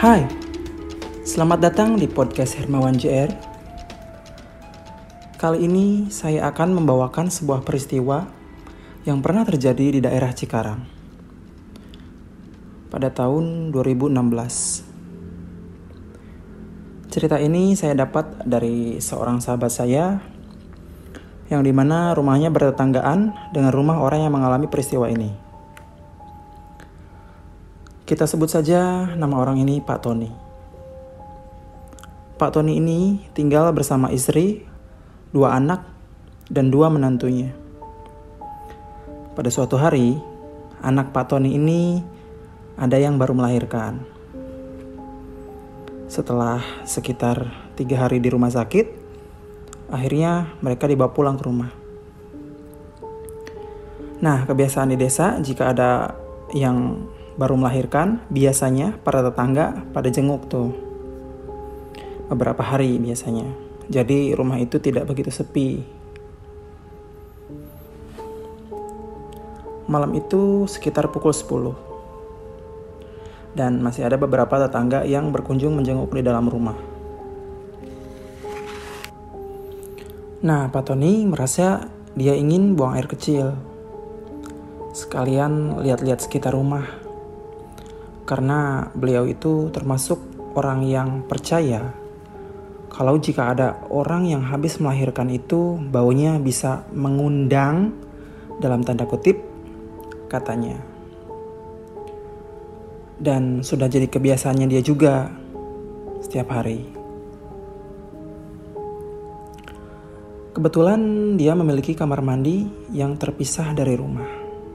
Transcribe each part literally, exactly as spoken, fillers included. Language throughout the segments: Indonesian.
Hai, selamat datang di podcast Hermawan J R. Kali ini saya akan membawakan sebuah peristiwa yang pernah terjadi di daerah Cikarang pada tahun dua ribu enam belas. Cerita ini saya dapat dari seorang sahabat saya yang dimana rumahnya bertetanggaan dengan rumah orang yang mengalami peristiwa ini. Kita sebut saja nama orang ini Pak Tony. Pak Tony ini tinggal bersama istri, dua anak, dan dua menantunya. Pada suatu hari, anak Pak Tony ini ada yang baru melahirkan. Setelah sekitar tiga hari di rumah sakit, akhirnya mereka dibawa pulang ke rumah. Nah, kebiasaan di desa jika ada yang baru melahirkan, biasanya para tetangga pada jenguk tuh beberapa hari biasanya. Jadi rumah itu tidak begitu sepi. Malam itu sekitar pukul sepuluh. Dan masih ada beberapa tetangga yang berkunjung menjenguk di dalam rumah. Nah, Pak Tony merasa dia ingin buang air kecil. Sekalian lihat-lihat sekitar rumah. Karena beliau itu termasuk orang yang percaya kalau jika ada orang yang habis melahirkan itu baunya bisa mengundang, dalam tanda kutip, katanya. Dan sudah jadi kebiasaannya dia juga setiap hari. Kebetulan dia memiliki kamar mandi yang terpisah dari rumah.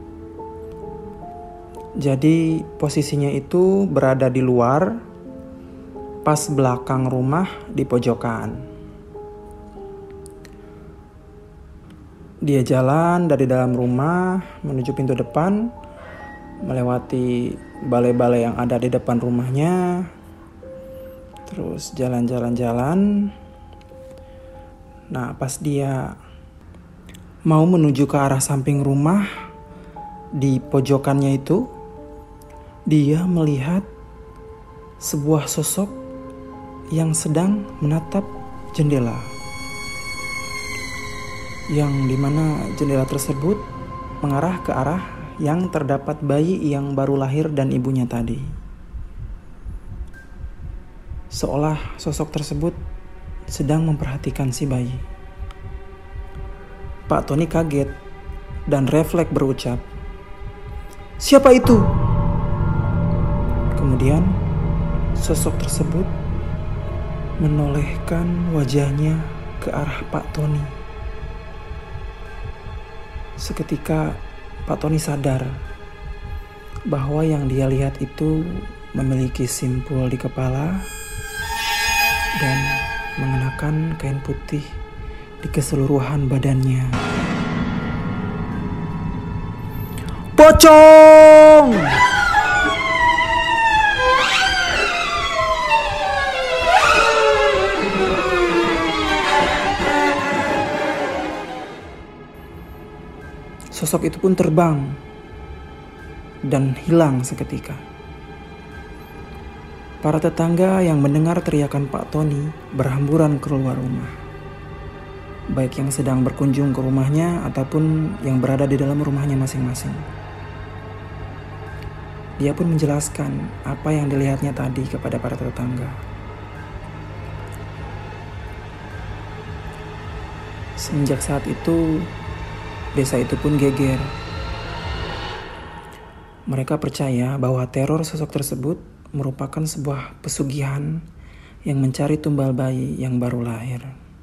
Jadi posisinya itu berada di luar, pas belakang rumah di pojokan. Dia jalan dari dalam rumah menuju pintu depan, melewati balai-balai yang ada di depan rumahnya, terus jalan-jalan-jalan. Nah, pas dia mau menuju ke arah samping rumah, di pojokannya itu, dia melihat sebuah sosok yang sedang menatap jendela. Yang dimana jendela tersebut mengarah ke arah yang terdapat bayi yang baru lahir dan ibunya tadi. Seolah sosok tersebut sedang memperhatikan si bayi. Pak Tony kaget dan refleks berucap, "Siapa itu?" Kemudian sosok tersebut menolehkan wajahnya ke arah Pak Tony. Seketika Pak Tony sadar bahwa yang dia lihat itu memiliki simpul di kepala dan mengenakan kain putih di keseluruhan badannya. Pocong! Sosok itu pun terbang dan hilang seketika. Para tetangga yang mendengar teriakan Pak Tony berhamburan keluar rumah. Baik yang sedang berkunjung ke rumahnya ataupun yang berada di dalam rumahnya masing-masing. Dia pun menjelaskan apa yang dilihatnya tadi kepada para tetangga. Semenjak saat itu, desa itu pun geger. Mereka percaya bahwa teror sosok tersebut merupakan sebuah pesugihan yang mencari tumbal bayi yang baru lahir.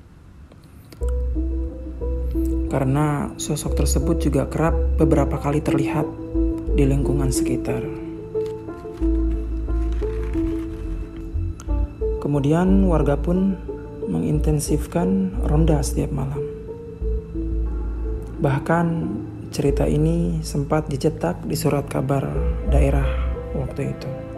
Karena sosok tersebut juga kerap beberapa kali terlihat di lingkungan sekitar. Kemudian warga pun mengintensifkan ronda setiap malam. Bahkan cerita ini sempat dicetak di surat kabar daerah waktu itu.